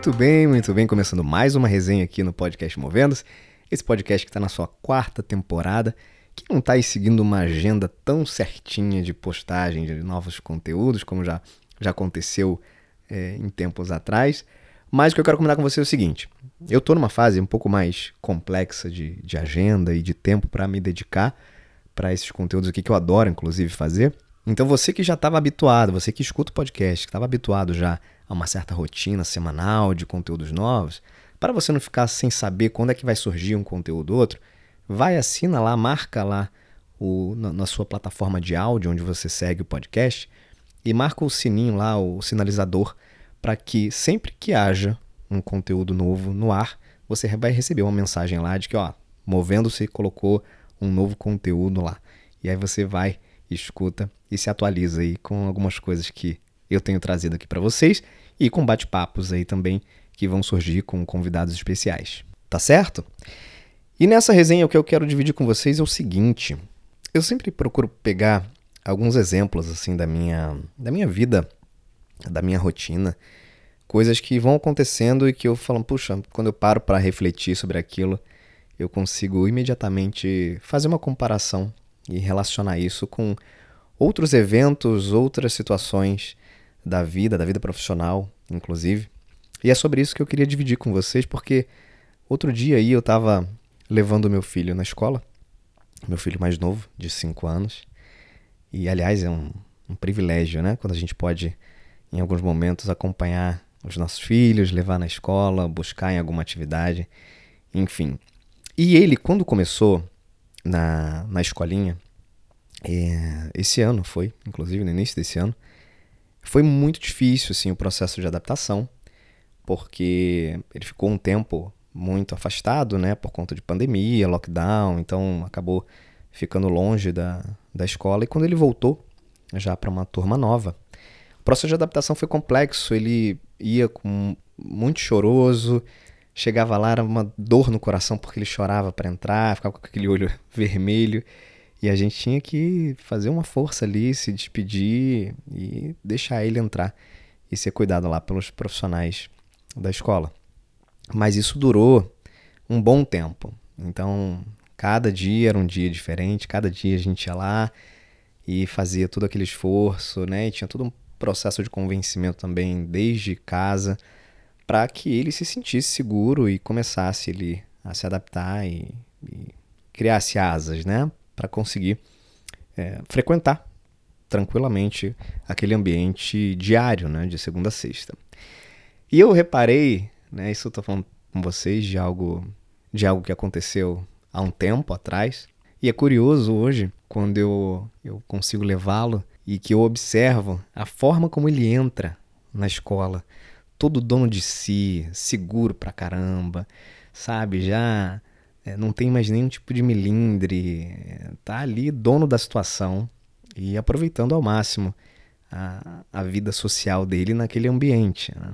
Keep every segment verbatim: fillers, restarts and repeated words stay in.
Muito bem, muito bem. Começando mais uma resenha aqui no Podcast Movendo-se. Esse podcast que está na sua quarta temporada, que não está aí seguindo uma agenda tão certinha de postagem de novos conteúdos, como já, já aconteceu é, em tempos atrás. Mas o que eu quero comentar com você é o seguinte. Eu estou numa fase um pouco mais complexa de, de agenda e de tempo para me dedicar para esses conteúdos aqui que eu adoro, inclusive, fazer. Então você que já estava habituado, você que escuta o podcast, que estava habituado já a uma certa rotina semanal de conteúdos novos, para você não ficar sem saber quando é que vai surgir um conteúdo ou outro, vai, assina lá, marca lá o, na, na sua plataforma de áudio onde você segue o podcast e marca o sininho lá, o sinalizador, para que sempre que haja um conteúdo novo no ar, você vai receber uma mensagem lá de que, ó, Movendo-se colocou um novo conteúdo lá. E aí você vai, escuta e se atualiza aí com algumas coisas que eu tenho trazido aqui para vocês e com bate-papos aí também que vão surgir com convidados especiais. Tá certo? E nessa resenha o que eu quero dividir com vocês é o seguinte. Eu sempre procuro pegar alguns exemplos assim da minha, da minha vida, da minha rotina, coisas que vão acontecendo e que eu falo, puxa, quando eu paro para refletir sobre aquilo, eu consigo imediatamente fazer uma comparação e relacionar isso com outros eventos, outras situações da vida, da vida profissional, inclusive. E é sobre isso que eu queria dividir com vocês, porque outro dia aí eu estava levando meu filho na escola, meu filho mais novo, de cinco anos, e aliás é um, um privilégio, né? Quando a gente pode, em alguns momentos, acompanhar os nossos filhos, levar na escola, buscar em alguma atividade, enfim. E ele, quando começou na, na escolinha, é, esse ano foi, inclusive no início desse ano, foi muito difícil assim, o processo de adaptação, porque ele ficou um tempo muito afastado, né, por conta de pandemia, lockdown, então acabou ficando longe da, da escola. E quando ele voltou, já para uma turma nova, o processo de adaptação foi complexo, ele ia com, muito choroso, chegava lá, era uma dor no coração porque ele chorava para entrar, ficava com aquele olho vermelho. E a gente tinha que fazer uma força ali, se despedir e deixar ele entrar e ser cuidado lá pelos profissionais da escola. Mas isso durou um bom tempo. Então, cada dia era um dia diferente, cada dia a gente ia lá e fazia todo aquele esforço, né? E tinha todo um processo de convencimento também desde casa para que ele se sentisse seguro e começasse ele a se adaptar e, e criasse asas, né? Para conseguir é, frequentar tranquilamente aquele ambiente diário, né, de segunda a sexta. E eu reparei, né, isso eu estou falando com vocês de algo, de algo que aconteceu há um tempo atrás, e é curioso hoje, quando eu, eu consigo levá-lo e que eu observo a forma como ele entra na escola, todo dono de si, seguro pra caramba, sabe, já... É, não tem mais nenhum tipo de melindre, tá ali dono da situação e aproveitando ao máximo a, a vida social dele naquele ambiente, né?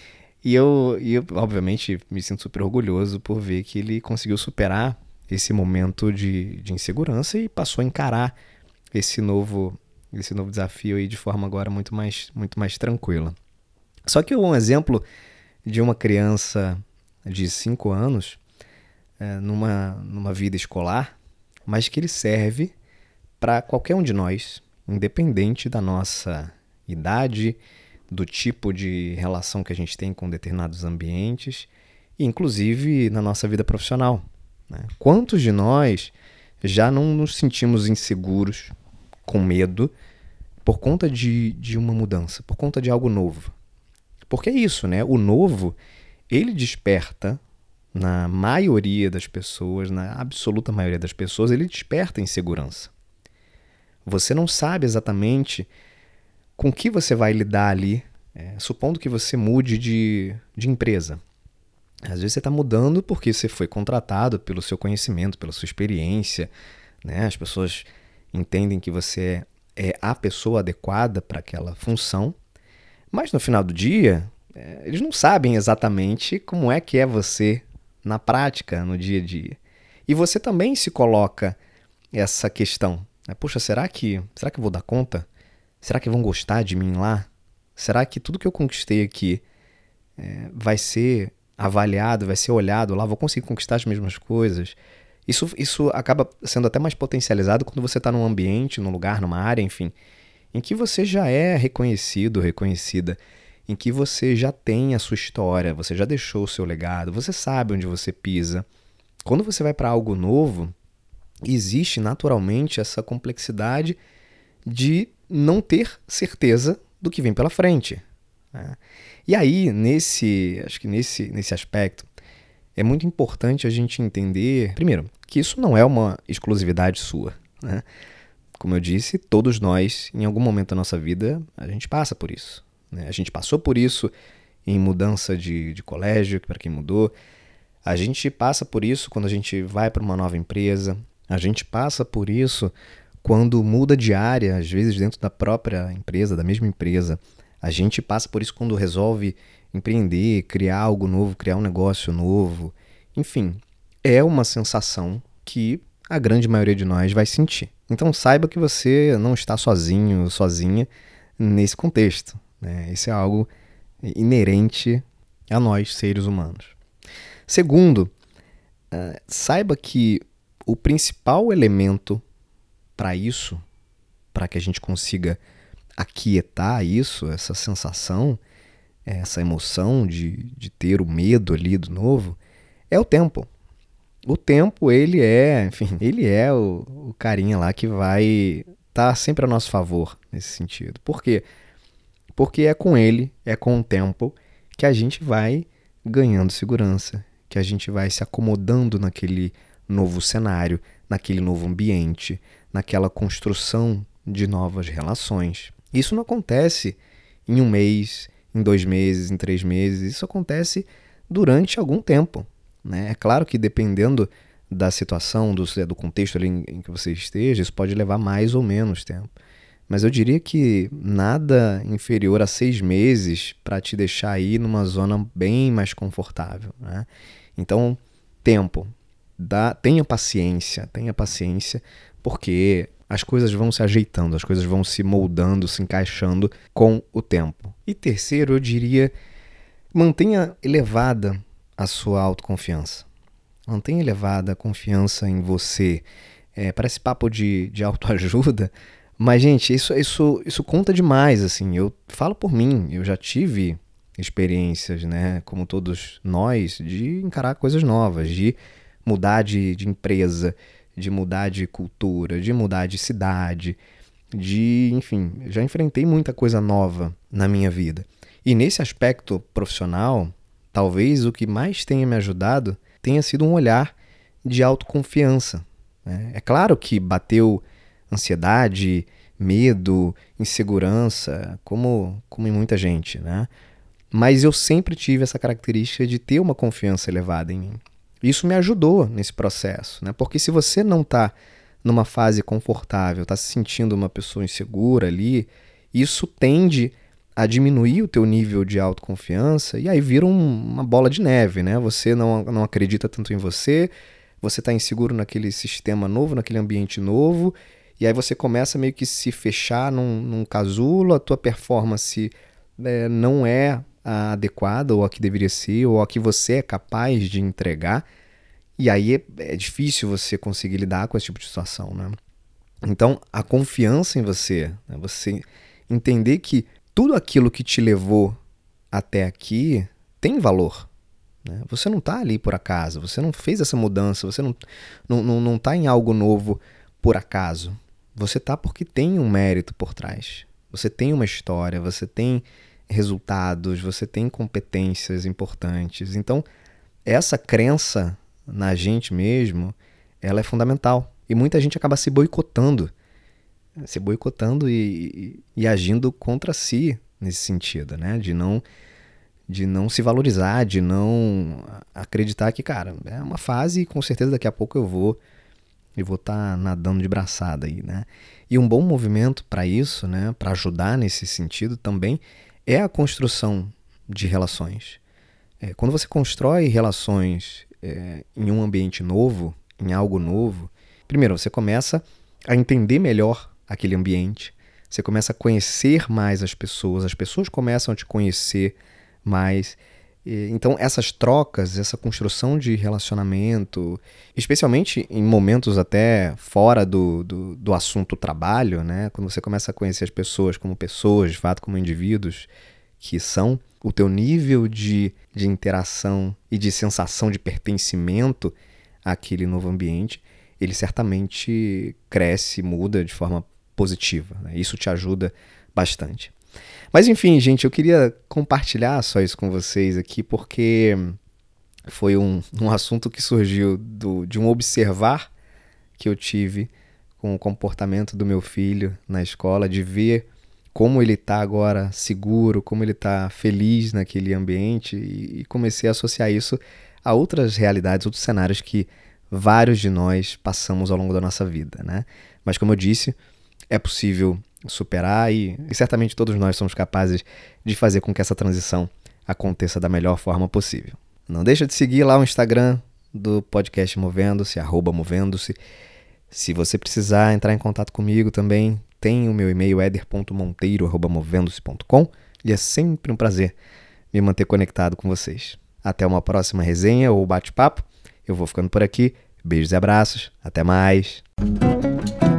E eu, e eu, obviamente, me sinto super orgulhoso por ver que ele conseguiu superar esse momento de, de insegurança e passou a encarar esse novo, esse novo desafio aí de forma agora muito mais, muito mais tranquila. Só que um exemplo de uma criança de cinco anos... É, numa, numa vida escolar, mas que ele serve para qualquer um de nós, independente da nossa idade, do tipo de relação que a gente tem com determinados ambientes, e inclusive na nossa vida profissional, né? Quantos de nós já não nos sentimos inseguros, com medo, por conta de, de uma mudança, por conta de algo novo? Porque é isso, né? O novo, ele desperta... Na maioria das pessoas, na absoluta maioria das pessoas, ele desperta insegurança. Você não sabe exatamente com que você vai lidar ali, é, supondo que você mude de, de empresa. Às vezes você está mudando porque você foi contratado pelo seu conhecimento, pela sua experiência, né? As pessoas entendem que você é a pessoa adequada para aquela função, mas no final do dia, é, eles não sabem exatamente como é que é você na prática, no dia a dia. E você também se coloca essa questão. Né? Puxa, será que, será que eu vou dar conta? Será que vão gostar de mim lá? Será que tudo que eu conquistei aqui é, vai ser avaliado, vai ser olhado lá, vou conseguir conquistar as mesmas coisas. Isso, isso acaba sendo até mais potencializado quando você está num ambiente, num lugar, numa área, enfim, em que você já é reconhecido, reconhecida, em que você já tem a sua história, você já deixou o seu legado, você sabe onde você pisa. Quando você vai para algo novo, existe naturalmente essa complexidade de não ter certeza do que vem pela frente, né? E aí, nesse, acho que nesse, nesse aspecto, é muito importante a gente entender, primeiro, que isso não é uma exclusividade sua, né? Como eu disse, todos nós, em algum momento da nossa vida, a gente passa por isso, né? A gente passou por isso em mudança de, de colégio, para quem mudou. A gente passa por isso quando a gente vai para uma nova empresa. A gente passa por isso quando muda de área, às vezes dentro da própria empresa, da mesma empresa. A gente passa por isso quando resolve empreender, criar algo novo, criar um negócio novo. Enfim, é uma sensação que a grande maioria de nós vai sentir. Então saiba que você não está sozinho, sozinha nesse contexto, né? Isso é algo inerente a nós, seres humanos. Segundo, uh, saiba que o principal elemento para isso, para que a gente consiga aquietar isso, essa sensação, essa emoção de, de ter o medo ali do novo, é o tempo. O tempo, ele é, enfim, ele é o, o carinha lá que vai estar tá sempre a nosso favor nesse sentido. Por quê? Porque é com ele, é com o tempo, que a gente vai ganhando segurança, que a gente vai se acomodando naquele novo cenário, naquele novo ambiente, naquela construção de novas relações. Isso não acontece em um mês, em dois meses, em três meses. Isso acontece durante algum tempo, né? É claro que dependendo da situação, do, do contexto ali em, em que você esteja, isso pode levar mais ou menos tempo. Mas eu diria que nada inferior a seis meses para te deixar aí numa zona bem mais confortável, né? Então, tempo. Dá, tenha paciência, tenha paciência, porque as coisas vão se ajeitando, as coisas vão se moldando, se encaixando com o tempo. E terceiro, eu diria, mantenha elevada a sua autoconfiança. Mantenha elevada a confiança em você. É, parece papo de, de autoajuda, mas, gente, isso, isso, isso conta demais, assim. Eu falo por mim, eu já tive experiências, né, como todos nós, de encarar coisas novas, de mudar de, de empresa, de mudar de cultura, de mudar de cidade, de, enfim, já enfrentei muita coisa nova na minha vida. E nesse aspecto profissional, talvez o que mais tenha me ajudado tenha sido um olhar de autoconfiança, né? É claro que bateu ansiedade, medo, insegurança, como, como em muita gente, né? Mas eu sempre tive essa característica de ter uma confiança elevada em mim. Isso me ajudou nesse processo, né? Porque se você não está numa fase confortável, está se sentindo uma pessoa insegura ali, isso tende a diminuir o teu nível de autoconfiança e aí vira um, uma bola de neve, né? Você não, não acredita tanto em você, você está inseguro naquele sistema novo, naquele ambiente novo, e aí você começa meio que se fechar num, num casulo, a tua performance é, não é a adequada ou a que deveria ser, ou a que você é capaz de entregar, e aí é, é difícil você conseguir lidar com esse tipo de situação, né? Então, a confiança em você, né? Você entender que tudo aquilo que te levou até aqui tem valor, né? Você não está ali por acaso, você não fez essa mudança, você não está não, não, não tá em algo novo por acaso. Você está porque tem um mérito por trás. Você tem uma história, você tem resultados, você tem competências importantes. Então, essa crença na gente mesmo, ela é fundamental. E muita gente acaba se boicotando, se boicotando e, e, e agindo contra si nesse sentido, né? De não, de não se valorizar, de não acreditar que, cara, é uma fase e com certeza daqui a pouco eu vou e vou estar nadando de braçada aí, né? E um bom movimento para isso, né? Para ajudar nesse sentido também é a construção de relações. É, quando você constrói relações é, em um ambiente novo, em algo novo, primeiro você começa a entender melhor aquele ambiente, você começa a conhecer mais as pessoas, as pessoas começam a te conhecer mais, E, então, essas trocas, essa construção de relacionamento, especialmente em momentos até fora do, do, do assunto trabalho, né? Quando você começa a conhecer as pessoas como pessoas, de fato, como indivíduos que são, o teu nível de, de interação e de sensação de pertencimento àquele novo ambiente, ele certamente cresce, muda de forma positiva, né? Isso te ajuda bastante. Mas enfim, gente, eu queria compartilhar só isso com vocês aqui, porque foi um, um assunto que surgiu do, de um observar que eu tive com o comportamento do meu filho na escola, de ver como ele está agora seguro, como ele está feliz naquele ambiente, e, e comecei a associar isso a outras realidades, outros cenários que vários de nós passamos ao longo da nossa vida, né? Mas como eu disse, é possível superar e, e certamente todos nós somos capazes de fazer com que essa transição aconteça da melhor forma possível. Não deixa de seguir lá o Instagram do podcast Movendo-se, arroba Movendo-se. Se você precisar entrar em contato comigo também, tem o meu e-mail eder ponto monteiro arroba movendo-se ponto com, e é sempre um prazer me manter conectado com vocês. Até uma próxima resenha ou bate-papo. Eu vou ficando por aqui. Beijos e abraços. Até mais.